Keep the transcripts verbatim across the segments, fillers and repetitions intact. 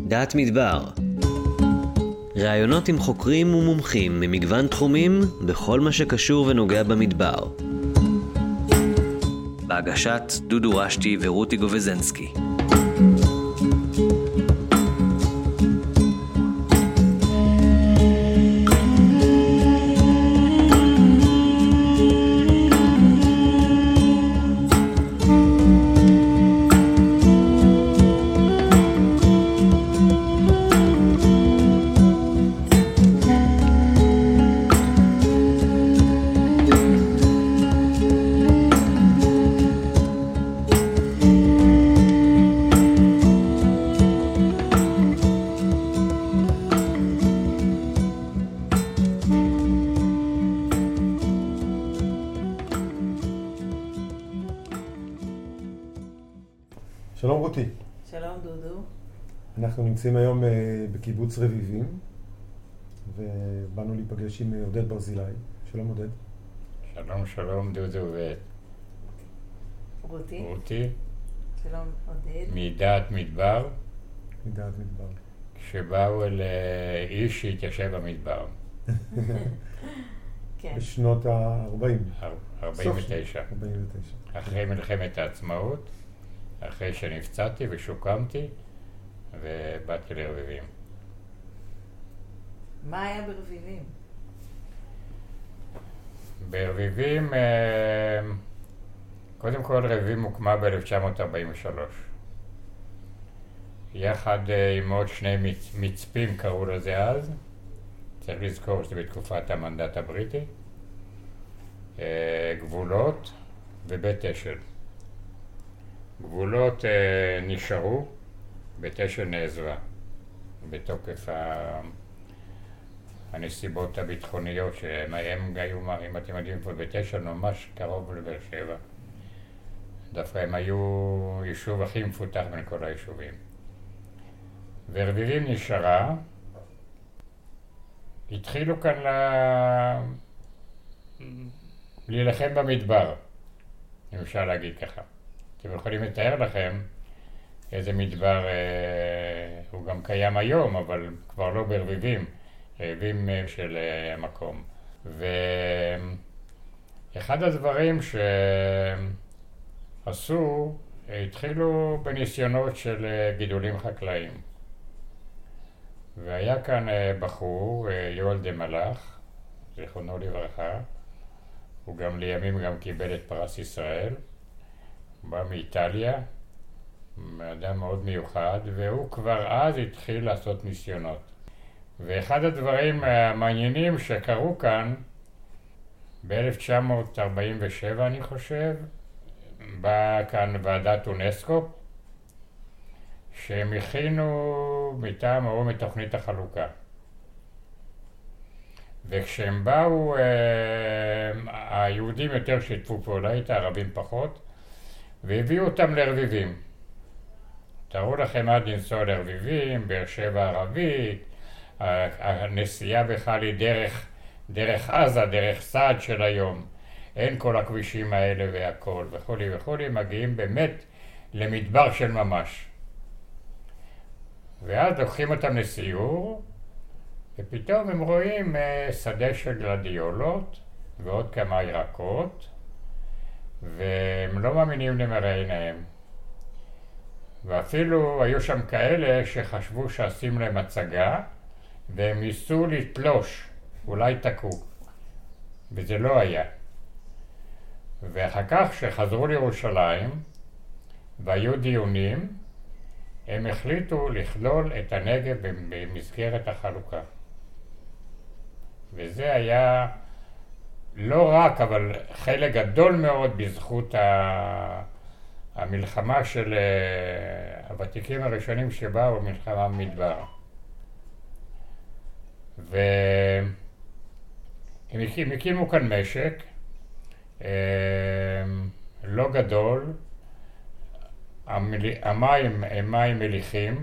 דעת מדבר. ראיונות עם חוקרים ומומחים ממגוון תחומים בכל מה שקשור ונוגע במדבר. בהגשת דודו רשתי ורותי גובזנסקי. שלום רותי. שלום דודו. אנחנו נמצאים היום בקיבוץ רביבים, ובאנו להיפגש עם עודד ברזילי. שלום עודד. שלום שלום דודו ו... רותי. רותי. שלום עודד. מדעת מדבר. מדעת מדבר. כשבאו אל איש שהתיישב במדבר. כן. בשנות ה-ארבעים. ארבעים ותשע. ארבעים ותשע. אחרי מלחמת העצמאות, אחרי שנפצעתי ושוקמתי, ובאתי לרביבים. מה היה ברביבים? ברביבים, קודם כל רביבים הוקמה ב-אלף תשע מאות ארבעים ושלוש. יחד עם עוד שני מצ... מצפים קראו לזה אז. צריך לזכור שזה בתקופת המנדט הבריטי. גבולות ובית אשל. גבולות אה, נשארו, בית אשל נעזבה, בתוקף ה... הנסיבות הביטחוניות שהם היו, אם אתם יודעים פה, בית אשל ממש קרוב לבאר שבע. דווקא הם היו יישוב הכי מפותח בין כל היישובים. ורביבים נשארה, התחילו כאן ל... להילחם במדבר, אם אפשר להגיד ככה. אתם יכולים לתאר לכם איזה מדבר, אה, הוא גם קיים היום, אבל כבר לא ברביבים, רביבים של אה, המקום. ואחד הדברים שעשו, התחילו בניסיונות של אה, גידולים חקלאיים. והיה כאן אה, בחור, אה, יואל דה מלאך, זיכרונו לברכה, הוא גם לימים גם קיבל את פרס ישראל. הוא בא מאיטליה, אדם מאוד מיוחד, והוא כבר אז התחיל לעשות ניסיונות. ואחד הדברים המעניינים שקרו כאן, ב-אלף תשע מאות ארבעים ושבע אני חושב, באה כאן ועדת אונסקו, שהם הכינו מטעם האו"ם מתוכנית החלוקה. וכשהם באו, היהודים יותר שיתפו פעולה איתה, הערבים פחות, והביאו אותם לרביבים. תראו לכם עד לנסוע לרביבים, באר שבע ערבית, הנסיעה בכלל היא דרך, דרך עזה, דרך סעד של היום. אין כל הכבישים האלה והכל, וכולי וכולי, מגיעים באמת למדבר של ממש. ואז לוקחים אותם לסיור, ופתאום הם רואים שדה של גלדיולות, ועוד כמה ירקות, והם לא מאמינים למראה עיניהם. ואפילו היו שם כאלה שחשבו שעשים להם הצגה, והם ניסו לתלוש, אולי תקעו. וזה לא היה. ואחר כך שחזרו לירושלים, והיו דיונים, הם החליטו לכלול את הנגב במסגרת החלוקה. וזה היה לא רק, אבל חלק גדול מאוד בזכות המלחמה של הוותיקים הראשונים שבאו, מלחמה במדבר. והם הקימו כאן משק לא גדול, המים הם מים מליחים,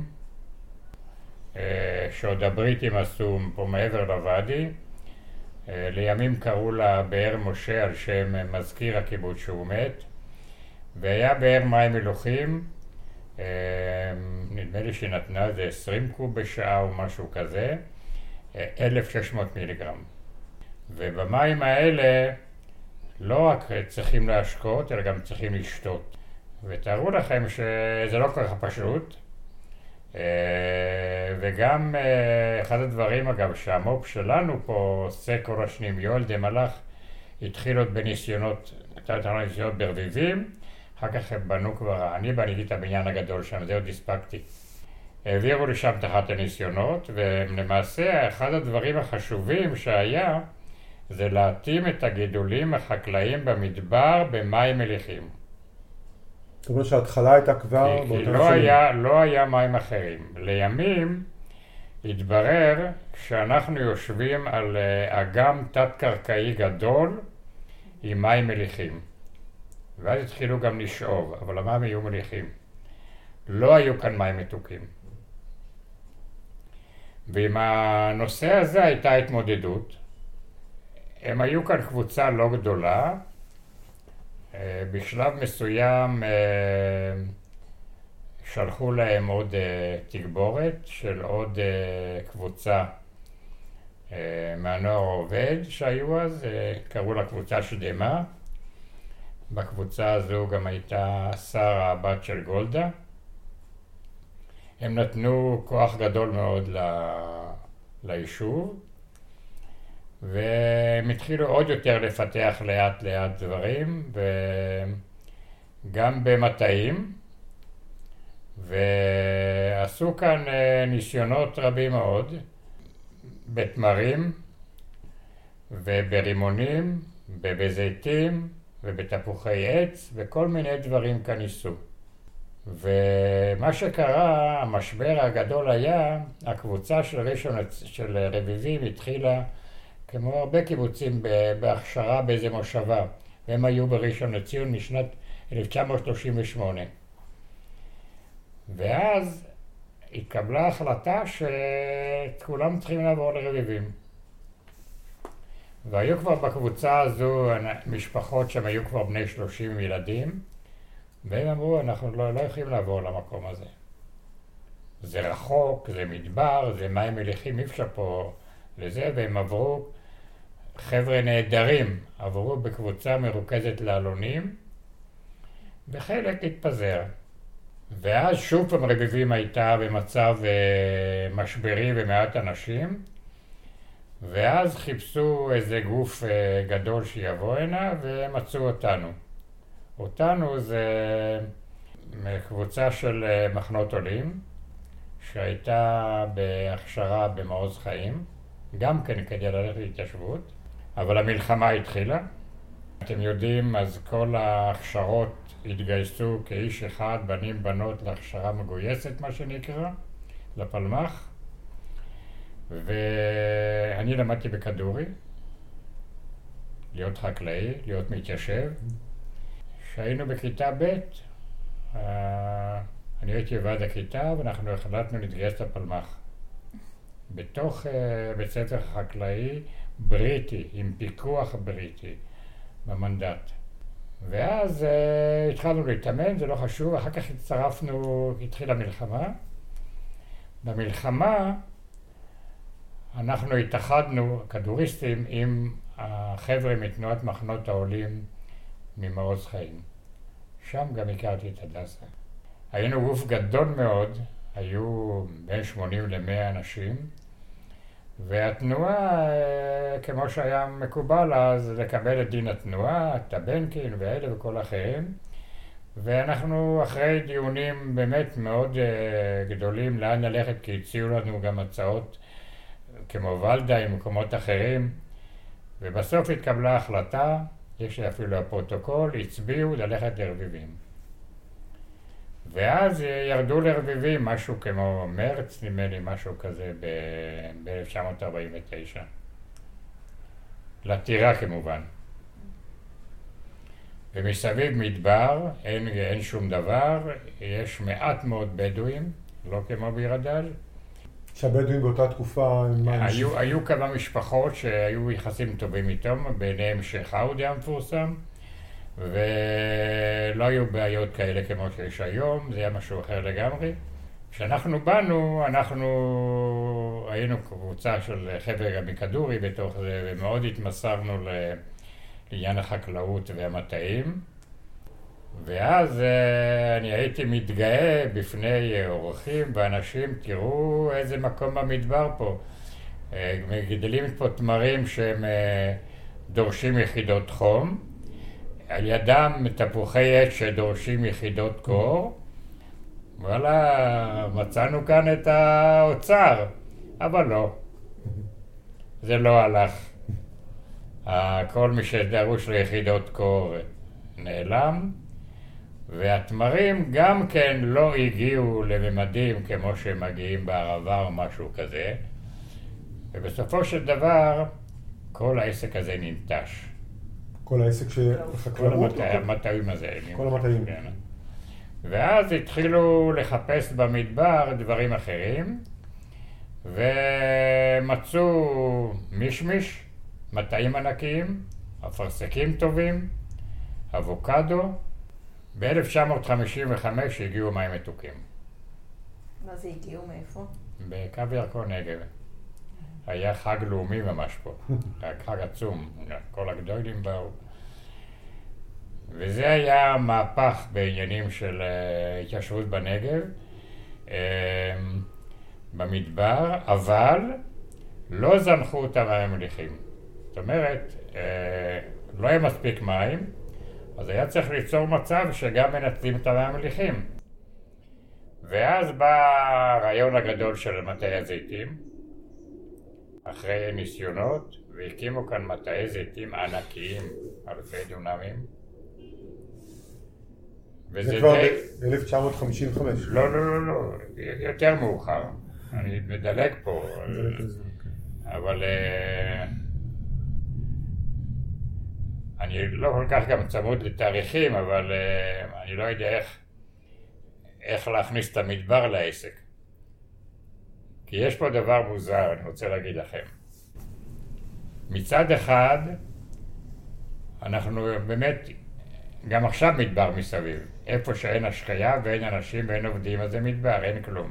שעוד הבריטים עשו פה מעבר לוואדי. לימים קראו לה באר משה על שם מזכיר הקיבוץ שהוא מת, והיה באר מים מלוחים, נדמה לי שנתנה איזה עשרים קוב בשעה או משהו כזה, אלף ושש מאות מיליגרם. ובמים האלה לא רק צריכים להשקות, אלא גם צריכים לשתות. ותארו לכם שזה לא כל כך פשוט. וגם אחד הדברים, אגב, שהמו"פ שלנו פה, סקור השנים, יואל דה מלאך, התחיל עוד בניסיונות, הייתה ניסיונות ברביבים, אחר כך הם בנו כבר, אני בניתי את הבניין הגדול שם, זה עוד הספקתי. העבירו לשם תחת הניסיונות, ולמעשה אחד הדברים החשובים שהיה, זה להתאים את הגידולים החקלאיים במדבר במים מליחים. זאת אומרת שההתחלה הייתה כבר... כי, כי לא, היה, לא היה מים אחרים. לימים התברר שאנחנו יושבים על אגם תת-קרקעי גדול עם מים מליחים. ואז התחילו גם לשאוב, אבל המים היו מליחים. לא היו כאן מים מתוקים. ועם הנושא הזה הייתה התמודדות. הם היו כאן קבוצה לא גדולה. בשלב מסוים שלחו להם עוד תגבורת של עוד קבוצה מהנוער העובד שהיו אז, קראו לה קבוצה שדמה. בקבוצה הזו גם הייתה שרה, הבת של גולדה. הם נתנו כוח גדול מאוד ליישוב, והם התחילו עוד יותר לפתח לאט לאט דברים, וגם במטעים, ועשו כאן ניסיונות רבים מאוד, בתמרים, וברימונים, ובזיתים, ובתפוחי עץ, וכל מיני דברים כאן ניסו. ומה שקרה, המשבר הגדול היה, הקבוצה של ראשון, של רביבים התחילה, כמו הרבה קיבוצים, בהכשרה באיזה מושבה, והם היו בראשון לציון משנת אלף תשע מאות שלושים ושמונה. ואז התקבלה החלטה שכולם צריכים לעבור לרביבים. והיו כבר בקבוצה הזו משפחות שהם היו כבר בני שלושים ילדים, והם אמרו, אנחנו לא, לא יכולים לעבור למקום הזה. זה רחוק, זה מדבר, זה מים מליחים, אי אפשר פה לזה, והם עברו, חבר'ה נהדרים, עברו בקבוצה מרוכזת לאלונים, וחלק התפזר. ואז שוב פעם רביבים הייתה במצב אה, משברי ומעט אנשים, ואז חיפשו איזה גוף אה, גדול שיבוא הנה, ומצאו אותנו. אותנו זה קבוצה של אה, מחנות עולים, שהייתה בהכשרה במעוז חיים, גם כן כדי ללכת להתיישבות, אבל המלחמה התחילה. אתם יודעים, אז כל ההכשרות התגייסו כאיש אחד, בנים בנות, להכשרה מגויסת, מה שנקרא, לפלמ"ח. ואני למדתי בכדורי, להיות חקלאי, להיות מתיישב. כשהיינו בכיתה ב', אני הייתי בוועד הכיתה, ואנחנו החלטנו להתגייס לפלמ"ח. בתוך uh, בית ספר חקלאי בריטי, עם פיקוח בריטי, במנדט. ואז uh, התחלנו להתאמן, זה לא חשוב, אחר כך הצטרפנו, התחילה מלחמה. במלחמה אנחנו התאחדנו, כדוריסטים, עם החבר'ה מתנועת מחנות העולים ממעוז חיים. שם גם הכרתי את הדסה. היינו גוף גדול מאוד, היו בין שמונים למאה אנשים, והתנועה, כמו שהיה מקובל אז, לקבל את דין התנועה, את הבנקין ואלה וכל אחרים, ואנחנו אחרי דיונים באמת מאוד גדולים לאן ללכת, כי הציעו לנו גם הצעות כמו ולדה עם מקומות אחרים, ובסוף התקבלה החלטה, יש לי אפילו הפרוטוקול, הצביעו ללכת לרביבים. ואז ירדו לרביבים, משהו כמו מרץ, נדמה לי, משהו כזה ב-אלף תשע מאות ארבעים ותשע. לטירה כמובן. ומסביב מדבר, אין, אין שום דבר, יש מעט מאוד בדואים, לא כמו בירדל. שהבדואים באותה תקופה הם... היו, היו כמה משפחות שהיו יחסים טובים איתם, ביניהם שייח עאודי המפורסם, ולא היו בעיות כאלה כמו שיש היום, זה היה משהו אחר לגמרי. כשאנחנו באנו, אנחנו היינו קבוצה של חבר'ה מכדורי בתוך זה, ומאוד התמסרנו לעניין החקלאות והמטעים. ואז אני הייתי מתגאה בפני אורחים ואנשים, תראו איזה מקום במדבר פה. מגדלים פה תמרים שהם דורשים יחידות חום, על ידם תפוחי עץ שדורשים יחידות קור. וואלה, מצאנו כאן את האוצר, אבל לא, זה לא הלך. כל מי שדרוש ליחידות קור נעלם, והתמרים גם כן לא הגיעו לממדים כמו שהם מגיעים בערבה או משהו כזה, ובסופו של דבר כל העסק הזה ננטש. כל העסק של החקלאות? כל המטעים הזה. כל המטעים. כן. ואז התחילו לחפש במדבר דברים אחרים, ומצאו מישמיש, מטעים ענקיים, אפרסקים טובים, אבוקדו. ב-אלף תשע מאות חמישים וחמש הגיעו מים מתוקים. מה זה הגיעו מאיפה? בקו ירקון נגב. היה חג לאומי ממש פה, חג עצום, כל הגדולים באו. וזה היה מהפך בעניינים של התיישבות בנגב, במדבר, אבל לא זנחו אותם מים מליחים. זאת אומרת, לא היה מספיק מים, אז היה צריך ליצור מצב שגם מנצלים את המים המליחים. ואז בא הרעיון הגדול של מטעי הזיתים, אחרי ניסיונות, והקימו כאן מטעי זיתים ענקיים, אלפי דונמים. זה כבר ב-אלף תשע מאות חמישים וחמש. לא, לא, לא, לא, יותר מאוחר. אני מדלג פה, אבל אני לא כל כך גם צמוד לתאריכים, אבל אני לא יודע איך, איך להכניס את המדבר לעסק. כי יש פה דבר מוזר, אני רוצה להגיד לכם. מצד אחד, אנחנו באמת, גם עכשיו מדבר מסביב. איפה שאין השקיה ואין אנשים ואין עובדים, אז זה מדבר, אין כלום.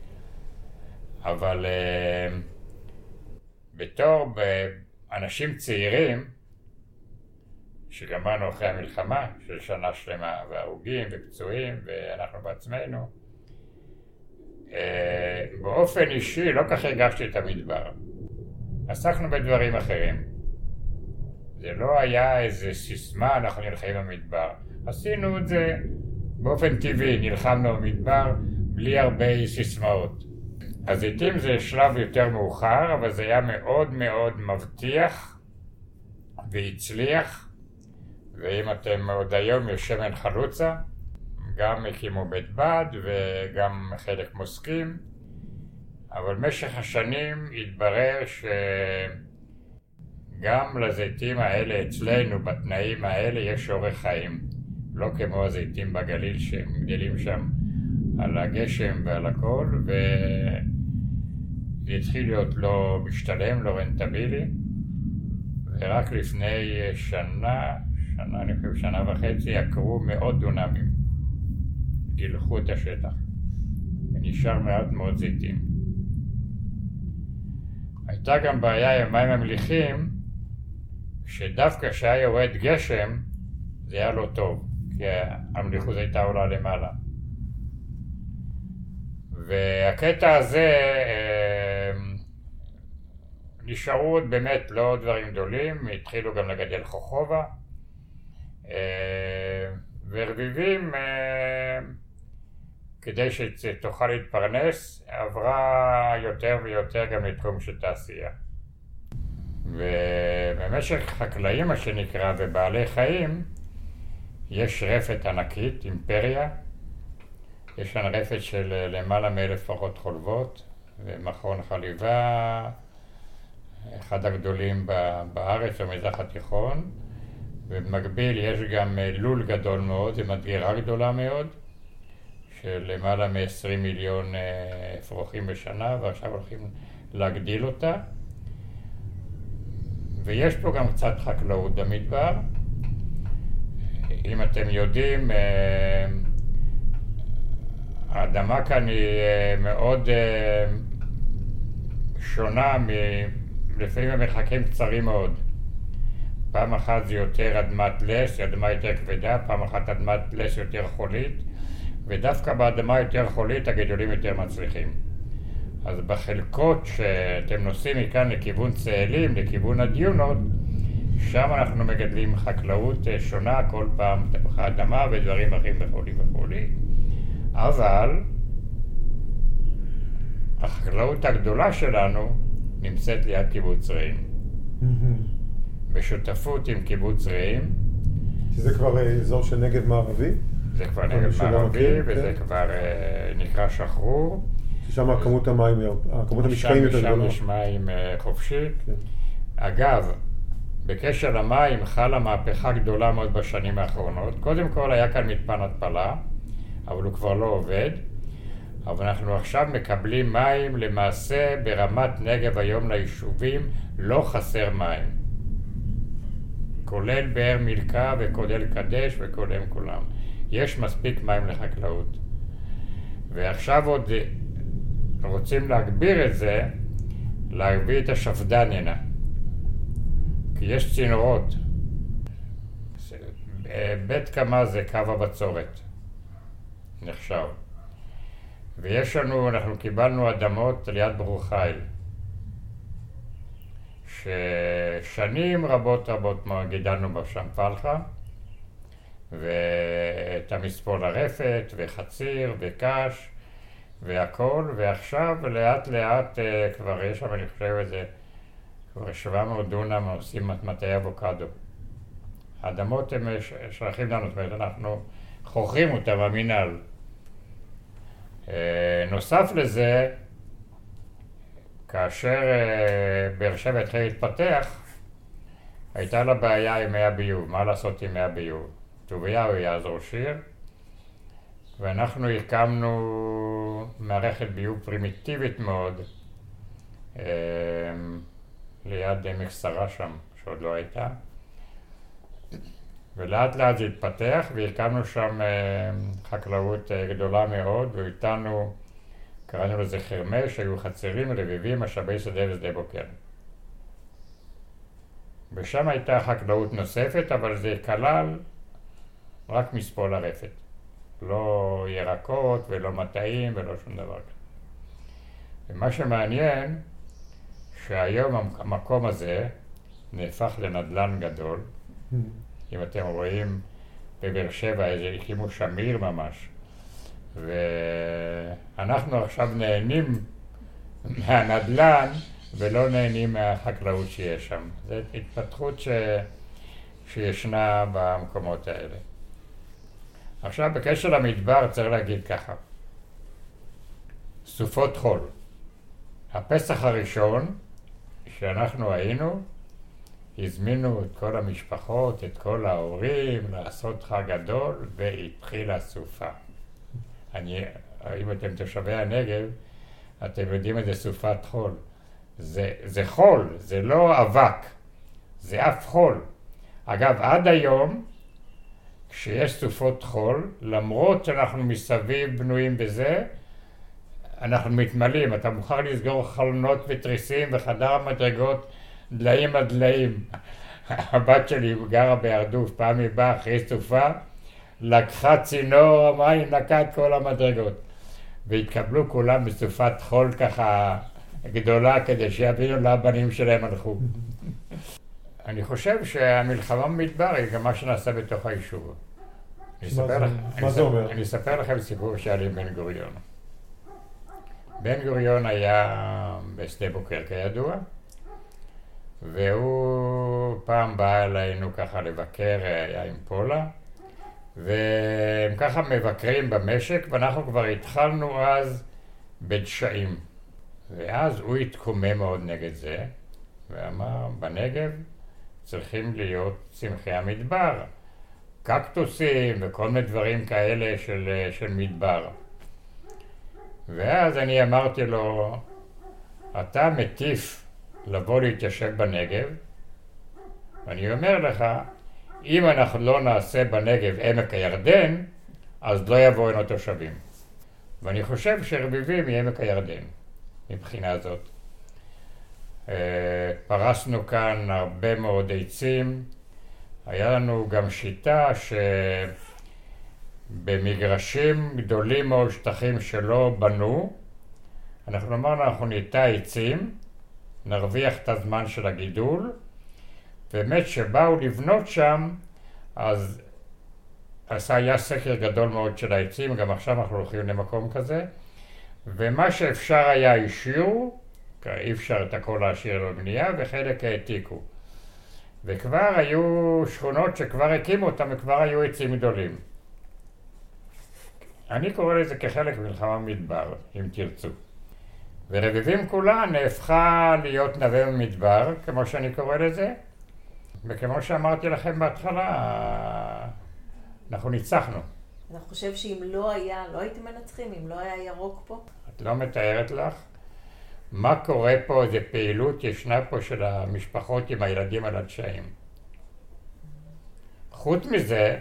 אבל uh, בתור אנשים צעירים, שגמרנו אחרי המלחמה של שנה שלמה, והרוגים ופצועים, ואנחנו בעצמנו, uh, באופן אישי לא כך הרגשתי את המדבר. עסקנו בדברים אחרים. זה לא היה איזה סיסמה, אנחנו נלחמים במדבר. עשינו את זה באופן טבעי, נלחמנו במדבר בלי הרבה סיסמאות. הזיתים זה שלב יותר מאוחר, אבל זה היה מאוד מאוד מבטיח והצליח. ואם אתם עוד היום יש שמן חלוצה, גם הקימו בית בד וגם חלק מוסקים. אבל במשך השנים התברר שגם לזיתים האלה אצלנו, בתנאים האלה, יש אורך חיים. לא כמו הזיתים בגליל שהם גדלים שם על הגשם ועל הכל, וזה התחיל להיות לא משתלם, לא רנטבילי. ורק לפני שנה, שנה, אני חושב שנה וחצי, עקרו מאות דונמים. גילחו את השטח. ונשאר מעט מאוד זיתים. הייתה גם בעיה עם מים המליחים, שדווקא כשהיה יורד גשם, זה היה לא טוב, כי המליחות הייתה עולה למעלה. והקטע הזה, אה, נשארו עוד באמת לא דברים גדולים, התחילו גם לגדל חוכובה, אה, ורביבים, אה, כדי שתוכל להתפרנס, עברה יותר ויותר גם לתחום של תעשייה. ובמשך חקלאים, מה שנקרא, ובעלי חיים, יש רפת ענקית, אימפריה. יש כאן רפת של למעלה מאלף פרות חולבות, ומכון חליבה, אחד הגדולים בארץ במזרח התיכון. ובמקביל יש גם לול גדול מאוד, ומדגרה גדולה מאוד, של למעלה מ-עשרים מיליון אפרוחים בשנה, ועכשיו הולכים להגדיל אותה. ויש פה גם קצת חקלאות במדבר. אם אתם יודעים, האדמה כאן היא מאוד שונה, מ... לפעמים המרחקים קצרים מאוד. פעם אחת זה יותר אדמת לס, אדמה יותר כבדה, פעם אחת אדמת לס יותר חולית, ודווקא באדמה יותר חולית הגידולים יותר מצליחים. אז בחלקות שאתם נוסעים מכאן לכיוון צאלים, לכיוון הדיונות, שם אנחנו מגדלים חקלאות שונה כל פעם, תפוחי אדמה ודברים אחרים וכולי וכולי. אבל החקלאות הגדולה שלנו נמצאת ליד קיבוץ רעים. בשותפות עם קיבוץ רעים. שזה כבר אזור של נגב מערבי? זה כבר נגב מערבי, וזה כבר נקרא שחרור. ששם הכמות המים, הכמות המשקעים יותר גדולה. שם יש מים חופשי. אגב, בקשר למים חלה מהפכה גדולה מאוד בשנים האחרונות. קודם כל היה כאן מתפן התפלה, אבל הוא כבר לא עובד. אבל אנחנו עכשיו מקבלים מים, למעשה ברמת נגב היום ליישובים לא חסר מים. כולל באר מילכה וכולל קדש וכולל כולם. יש מספיק מים לחקלאות. ועכשיו עוד רוצים להגביר את זה, להביא את השפד"ן הנה. כי יש צינורות. בית קמה זה קו הבצורת. נחשב. ויש לנו, אנחנו קיבלנו אדמות ליד ברור חיל. ששנים רבות רבות גידלנו בשם פלחה. ואת המספול הרפת, וחציר, וקש, והכל. ועכשיו לאט לאט כבר יש שם, אני חושב איזה, כבר שבע מאות דונם עושים מטעי אבוקדו. האדמות הם שייכים לנו, זאת אומרת, אנחנו חוכרים אותם במינהל. נוסף לזה, כאשר באר שבע התחיל להתפתח, הייתה לה בעיה עם מי הביוב. מה לעשות עם מי הביוב? טוביה הוא היה אז ראש עיר, ואנחנו הקמנו מערכת ביוב פרימיטיבית מאוד ליד עמק שרה שם, שעוד לא הייתה. ולאט לאט זה התפתח, והקמנו שם חקלאות גדולה מאוד, ואיתנו, קראנו לזה חרמש, היו חצרים, רביבים, משאבי שדה ושדה בוקר. ושם הייתה חקלאות נוספת, אבל זה כלל רק מספול הרפת. לא ירקות ולא מטעים ולא שום דבר כזה. ומה שמעניין, שהיום המקום הזה נהפך לנדלן גדול. אם אתם רואים בבאר שבע, איזה הקימו שמיר ממש. ואנחנו עכשיו נהנים מהנדלן ולא נהנים מהחקלאות שיש שם. זו התפתחות ש... שישנה במקומות האלה. עכשיו, בקשר למדבר צריך להגיד ככה. סופות חול. הפסח הראשון שאנחנו היינו, הזמינו את כל המשפחות, את כל ההורים, לעשות חג גדול, והתחילה סופה. אני, אם אתם תושבי הנגב, אתם יודעים את זה סופת חול. זה, זה חול, זה לא אבק, זה אף חול. אגב, עד היום, כשיש סופות חול, למרות שאנחנו מסביב בנויים בזה, אנחנו מתמלאים. אתה מוכר לסגור חלונות ותריסים וחדר המדרגות, דליים עד דליים. הבת שלי גרה בהרדוף, פעם היא באה אחרי סופה, לקחה צינור המים, נקה את כל המדרגות. והתקבלו כולם בסופת חול ככה גדולה, כדי שיבינו לבנים שלהם הלכו. אני חושב שהמלחמה במדבר היא גם מה שנעשה בתוך היישוב. מה זה אומר? אני אספר לכם סיפור שהיה לי עם בן גוריון. בן גוריון היה בשדה בוקר כידוע, והוא פעם בא אלינו ככה לבקר, היה עם פולה, והם ככה מבקרים במשק, ואנחנו כבר התחלנו אז בדשאים. ואז הוא התקומם מאוד נגד זה, ואמר, בנגב צריכים להיות צמחי המדבר, קקטוסים וכל מיני דברים כאלה של, של מדבר. ואז אני אמרתי לו, אתה מטיף לבוא להתיישב בנגב, ואני אומר לך, אם אנחנו לא נעשה בנגב עמק הירדן, אז לא יבואו הנה תושבים. ואני חושב שרביבים היא עמק הירדן, מבחינה זאת. פרסנו כאן הרבה מאוד עצים. היה לנו גם שיטה שבמגרשים גדולים מאוד, שטחים שלא בנו, אנחנו אמרנו, אנחנו ניטע עצים, נרוויח את הזמן של הגידול, באמת שבאו לבנות שם, אז עשה היה סקר גדול מאוד של העצים, גם עכשיו אנחנו הולכים למקום כזה, ומה שאפשר היה השאירו, אי אפשר את הכל להשאיר לבנייה, וחלק העתיקו. וכבר היו שכונות שכבר הקימו אותם, וכבר היו עצים גדולים. אני קורא לזה כחלק מלחמה מדבר, אם תרצו. ורביבים כולה נהפכה להיות נווה מדבר, כמו שאני קורא לזה, וכמו שאמרתי לכם בהתחלה, אנחנו ניצחנו. אתה חושב שאם לא היה, לא הייתם מנצחים, אם לא היה ירוק פה? את לא מתארת לך מה קורה פה, איזה פעילות ישנה פה של המשפחות עם הילדים על הדשאים. חוץ מזה,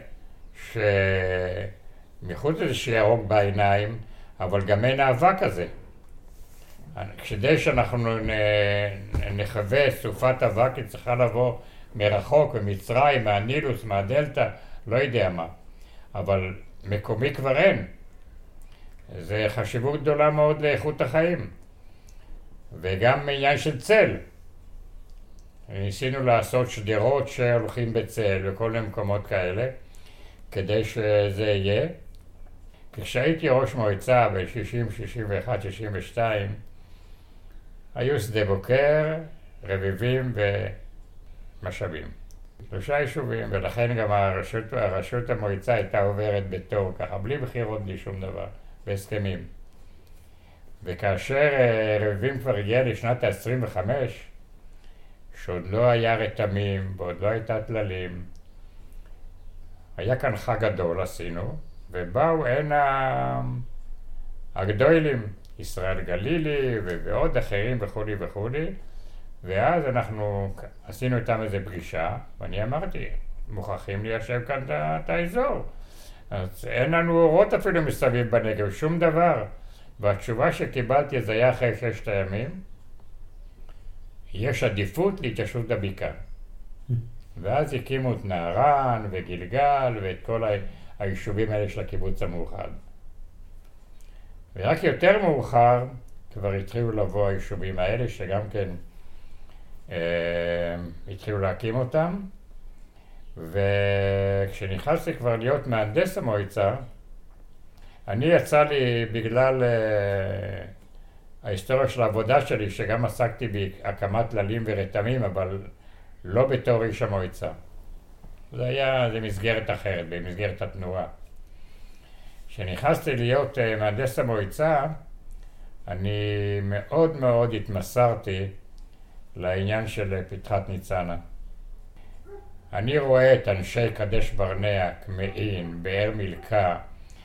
שמחוץ לזה שירוק בעיניים, אבל גם אין אהבה כזה. כדי שאנחנו נחווה סופת אבק, היא צריכה לבוא מרחוק, ממצרים, מהנילוס, מהדלטה, לא יודע מה. אבל מקומי כבר אין. זה חשיבות גדולה מאוד לאיכות החיים. וגם עניין של צל. ניסינו לעשות שדרות שהולכים בצל וכל מיני מקומות כאלה, כדי שזה יהיה. כשהייתי ראש מועצה ב-שישים, שישים ואחת, שישים ושתיים, היו שדה בוקר, רביבים ומשאבים. שלושה יישובים, ולכן גם הרשות, הרשות המועצה הייתה עוברת בתור ככה, בלי בחירות, בלי שום דבר, בהסכמים. וכאשר רביבים כבר הגיע לשנת ה-עשרים וחמש, שעוד לא היה רתמים ועוד לא הייתה תללים, היה כאן חג גדול עשינו, ובאו הנה הגדולים, ישראל גלילי ועוד אחרים וכולי וכולי, ואז אנחנו עשינו איתם איזו פגישה, ואני אמרתי, מוכרחים ליישב כאן את האזור. אז אין לנו אורות אפילו מסביב בנגב, שום דבר. והתשובה שקיבלתי זה היה אחרי ששת הימים, יש עדיפות להתיישבות הבקעה. ואז הקימו את נהרן וגלגל ואת כל היישובים האלה של הקיבוץ המאוחד. ורק יותר מאוחר כבר התחילו לבוא היישובים האלה שגם כן אה, התחילו להקים אותם. וכשנכנסתי כבר להיות מהנדס המועצה, אני יצא לי בגלל uh, ההיסטוריה של העבודה שלי, שגם עסקתי בהקמת תללים ורתמים, אבל לא בתור איש המועצה. זה היה, זה מסגרת אחרת, במסגרת התנועה. כשנכנסתי להיות uh, מהנדס המועצה, אני מאוד מאוד התמסרתי לעניין של פתחת ניצנה. אני רואה את אנשי קדש ברנע, כמהין, באר מילכה,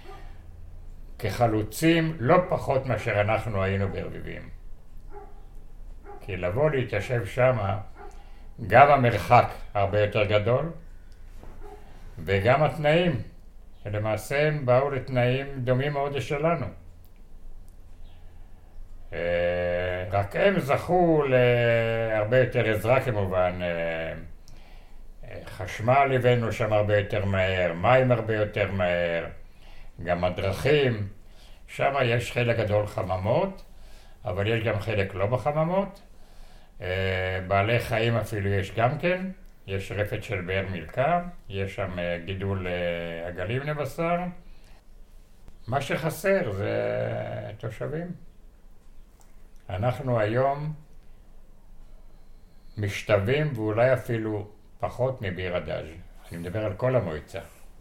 כחלוצים לא פחות מאשר אנחנו היינו ברביבים. כי לבוא להתיישב שמה, גם המרחק הרבה יותר גדול, וגם התנאים, שלמעשה הם באו לתנאים דומים מאוד לשלנו. רק הם זכו להרבה יותר עזרה כמובן, חשמל הבאנו שם הרבה יותר מהר, מים הרבה יותר מהר, גם הדרכים, שם יש חלק גדול חממות, אבל יש גם חלק לא בחממות. בעלי חיים אפילו יש גם כן, יש רפת של באר מילכה, יש שם גידול עגלים לבשר. מה שחסר זה תושבים. אנחנו היום משתווים ואולי אפילו פחות מביר הדאג'. אני מדבר על כל המועצה.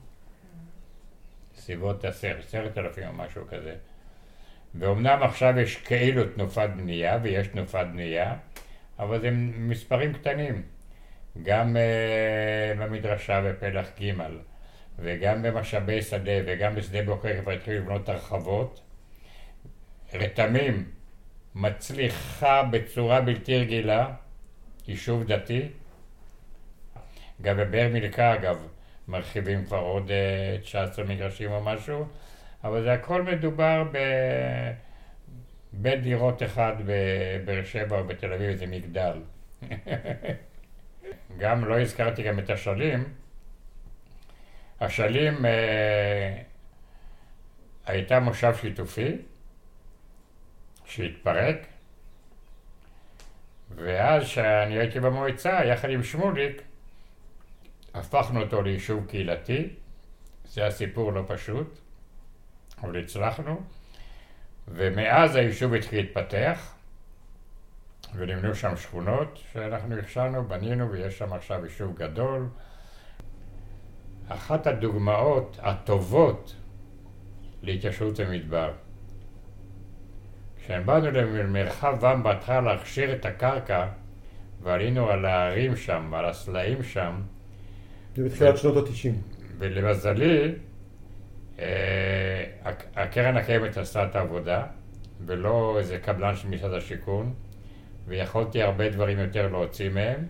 סביבות עשר, עשרת אלפים או משהו כזה. ואומנם עכשיו יש כאילו תנופת בנייה, ויש תנופת בנייה, אבל זה מספרים קטנים. גם uh, במדרשה בפלח ג' וגם במשאבי שדה וגם בשדה בוקר כבר התחילו לבנות הרחבות. רתמים מצליחה בצורה בלתי רגילה, יישוב דתי, גם בבאר מילכה, אגב, מרחיבים כבר עוד תשע עשרה מגרשים או משהו, אבל זה הכל מדובר ב... בית דירות אחד בבאר שבע או בתל אביב, איזה מגדל. גם לא הזכרתי גם את השלים. השלים אה, הייתה מושב שיתופי שהתפרק, ואז שאני הייתי במועצה, יחד עם שמוליק, הפכנו אותו ליישוב קהילתי. זה היה סיפור לא פשוט, אבל הצלחנו. ומאז היישוב התחיל להתפתח, ונבנו שם שכונות שאנחנו הכשרנו, בנינו, ויש שם עכשיו יישוב גדול. אחת הדוגמאות הטובות להתיישבות במדבר. כשבאנו למרחב עם בהתחלה להכשיר את הקרקע, ועלינו על ההרים שם, על הסלעים שם. זה בתחילת שנות ה-תשעים. ולמזלי, אה, הקרן הקיימת עשתה את העבודה, ולא איזה קבלן של משרד השיכון, ויכולתי הרבה דברים יותר להוציא מהם.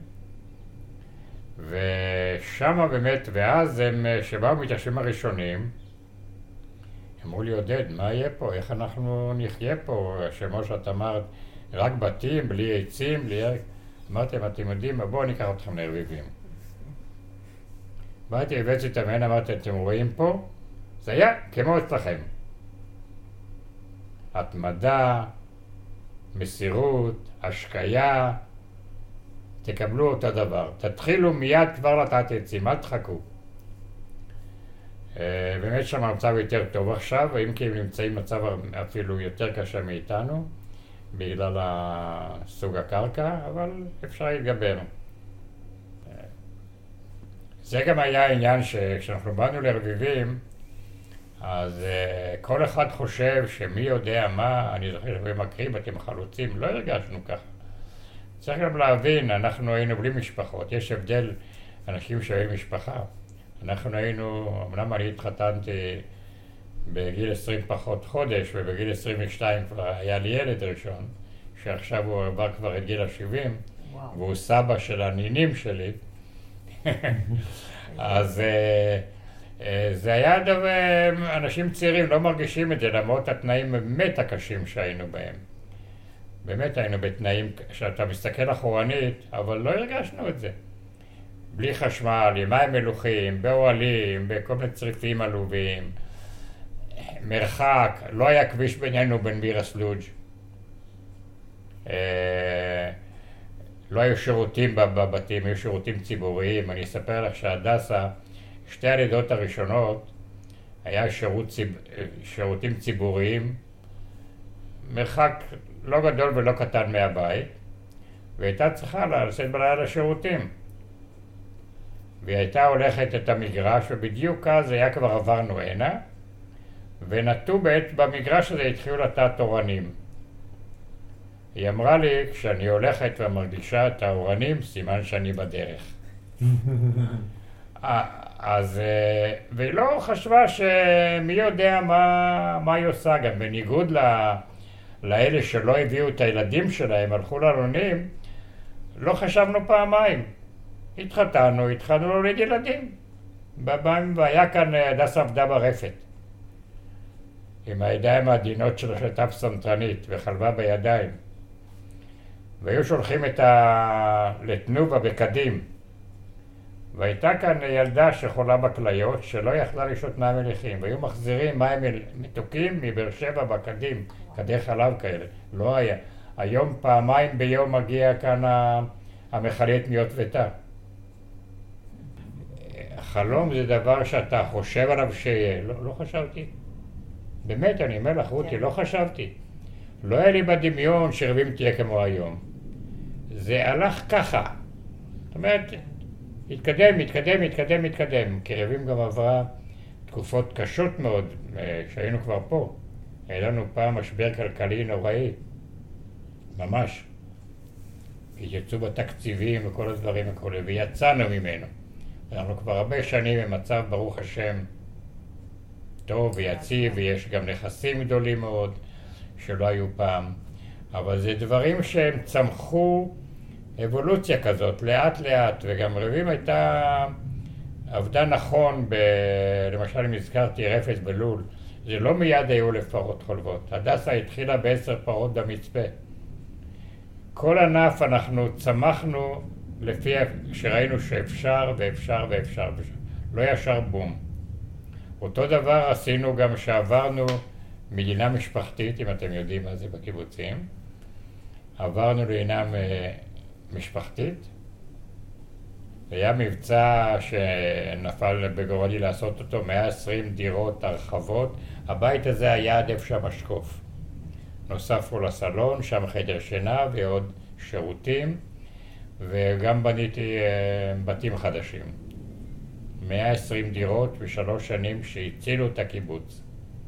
ושמה באמת, ואז הם, שבאו מתיישבים הראשונים, אמרו לי, עודד, מה יהיה פה? איך אנחנו נחיה פה? כמו שאת אמרת, רק בתים, בלי עצים, בלי... אמרתם, אתם יודעים, בואו ניקח אתכם לרביבים. באתי, הבאתי את המעין, אמרתי, אתם רואים פה? זה היה כמו אצלכם. התמדה, מסירות, השקיה, תקבלו אותו דבר. תתחילו מיד כבר לטעת עצים, אל תחכו. באמת שם המצב יותר טוב עכשיו, אם כי הם נמצאים במצב אפילו יותר קשה מאיתנו, בגלל סוג הקרקע, אבל אפשר להתגבר. זה גם היה העניין שכשאנחנו באנו לרביבים, אז uh, כל אחד חושב שמי יודע מה, אני זוכר שבמקרים אתם חלוצים, לא הרגשנו ככה. צריך גם להבין, אנחנו היינו בלי משפחות, יש הבדל אנשים שהיו משפחה. אנחנו היינו, אמנם אני התחתנתי בגיל עשרים פחות חודש, ובגיל עשרים ושתיים כבר היה לי ילד ראשון, שעכשיו הוא עבר כבר את גיל ה-שבעים, והוא סבא של הנינים שלי. אז uh, uh, זה היה דבר, אנשים צעירים לא מרגישים את זה, למרות התנאים באמת הקשים שהיינו בהם. באמת היינו בתנאים שאתה מסתכל אחורנית, אבל לא הרגשנו את זה. בלי חשמל, עם מים מלוכים, באוהלים, בכל מיני צריפים עלובים, מרחק, לא היה כביש בינינו בין בירה סלוג'. אה, לא היו שירותים בבתים, היו שירותים ציבוריים. אני אספר לך שהדסה, שתי הלידות הראשונות, היה שירות ציב... שירותים ציבוריים, מרחק לא גדול ולא קטן מהבית, והייתה צריכה לצאת בלילה לשירותים. והיא הייתה הולכת את המגרש, ובדיוק אז היה כבר עברנו הנה, ונטו בעת במגרש הזה התחילו לטעת תורנים. היא אמרה לי, כשאני הולכת ומרגישה את האורנים, סימן שאני בדרך. אז, והיא לא חשבה שמי יודע מה, מה היא עושה, גם בניגוד ל, לאלה שלא הביאו את הילדים שלהם, הלכו לאלונים, לא חשבנו פעמיים. התחתנו, התחלנו להוליד ילדים. והיה כאן הדסה עבדה ברפת. עם הידיים העדינות של השטף סנטרנית וחלבה בידיים. והיו שולחים את ה... לתנובה בקדים. והייתה כאן ילדה שחולה בכליות שלא יכלה לשתות מים מליחים. והיו מחזירים מים מתוקים מבאר שבע בקדים, קדי חלב כאלה. לא היה. היום פעמיים ביום מגיע כאן המכלית מיוטבתה. חלום זה דבר שאתה חושב עליו שיהיה. לא, לא חשבתי. באמת, אני אומר לך, רותי, לא חשבתי. לא היה לי בדמיון שרבים תהיה כמו היום. זה הלך ככה. זאת אומרת, התקדם, התקדם, התקדם, התקדם. כי רבים גם עברה תקופות קשות מאוד, שהיינו כבר פה. היה לנו פעם משבר כלכלי נוראי. ממש. התייצאו בתקציבים וכל הדברים וכו', ויצאנו ממנו. אנחנו כבר הרבה שנים במצב, ברוך השם, טוב ויציב, ויש גם נכסים גדולים מאוד שלא היו פעם. אבל זה דברים שהם צמחו אבולוציה כזאת, לאט לאט, וגם רביבים הייתה עבדה נכון, ב... למשל אם הזכרתי רפת בלול, זה לא מיד היו לפרות חולבות. הדסה התחילה בעשר פרות במצפה. כל ענף אנחנו צמחנו לפי שראינו שאפשר ואפשר ואפשר, לא ישר בום. אותו דבר עשינו גם שעברנו מדינה משפחתית, אם אתם יודעים מה זה בקיבוצים. עברנו לעינה משפחתית. היה מבצע שנפל בגורלי לעשות אותו, מאה ועשרים דירות, הרחבות. הבית הזה היה עד איפה המשקוף. נוספו לסלון, שם חדר שינה ועוד שירותים, וגם בניתי בתים חדשים. מאה ועשרים דירות בשלוש שנים שהצילו את הקיבוץ.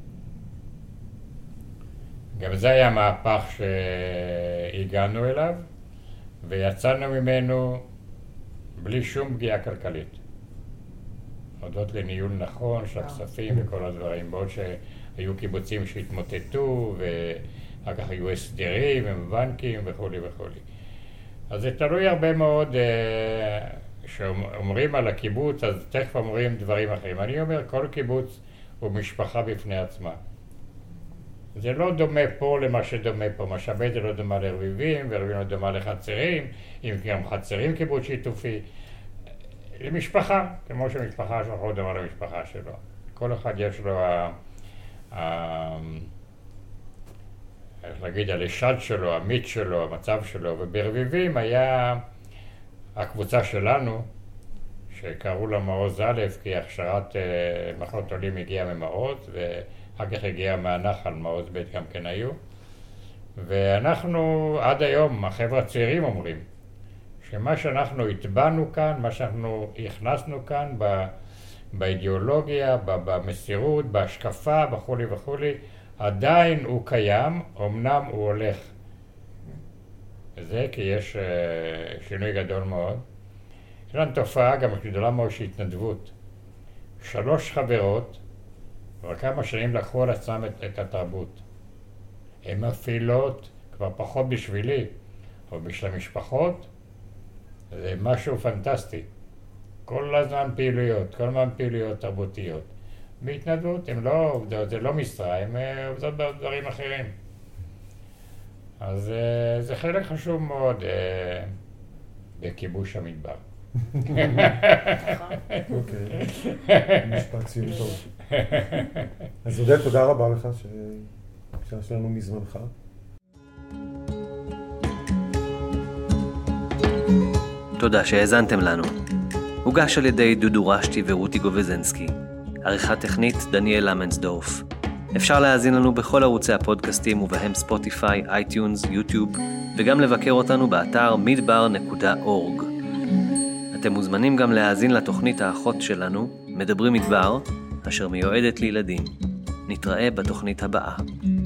גם זה היה מהפך שהגענו אליו, ויצאנו ממנו בלי שום פגיעה כלכלית. הודות לניהול נכון של הכספים וכל הדברים, בעוד שהיו קיבוצים שהתמוטטו, ואחר כך היו הסדרים עם בנקים וכו' וכו'. אז זה תלוי הרבה מאוד, שאומרים על הקיבוץ, אז תכף אומרים דברים אחרים. אני אומר, כל קיבוץ הוא משפחה בפני עצמה. זה לא דומה פה למה שדומה פה. משאבי זה לא דומה לרביבים, ורביבים לא דומה לחצרים, אם גם חצרים קיבוץ שיתופי. למשפחה, כמו שמשפחה שלך לא דומה למשפחה שלו. כל אחד יש לו, ה... ה... איך להגיד, הלשד שלו, המיט שלו, המצב שלו, וברביבים היה הקבוצה שלנו, שקראו לה מעוז א', כי הכשרת מחנות עולים הגיעה ממעוז, ואחר כך הגיעה מהנחל, מעוז ב' גם כן היו. ואנחנו עד היום, החבר'ה הצעירים אומרים, שמה שאנחנו הטבענו כאן, מה שאנחנו הכנסנו כאן ב... באידיאולוגיה, במסירות, בהשקפה, וכו' וכו', עדיין הוא קיים, אמנם הוא הולך. זה כי יש שינוי גדול מאוד. יש לנו תופעה גם גדולה מאוד של התנדבות. שלוש חברות, כבר כמה שנים לקחו על עצמם את, את התרבות. הן מפעילות כבר פחות בשבילי, אבל בשביל המשפחות, זה משהו פנטסטי. כל הזמן פעילויות, כל הזמן פעילויות תרבותיות. בהתנדבות, הן לא עובדות, זה לא משרה, הן עובדות בדברים אחרים. אז זה חלק חשוב מאוד בכיבוש המדבר. אוקיי, משפט סיום טוב. אז עודד, תודה רבה לך שהקשבת לנו מזמנך. תודה שהאזנתם לנו. הוגש על ידי דודו רשתי ורותי גובזנסקי. עריכה טכנית דניאל למנסדורף. אפשר להאזין לנו בכל ערוצי הפודקאסטים ובהם ספוטיפיי, אייטיונס, יוטיוב, וגם לבקר אותנו באתר מדבר נקודה אורג. אתם מוזמנים גם להאזין לתוכנית האחות שלנו, מדברים מדבר, אשר מיועדת לילדים. נתראה בתוכנית הבאה.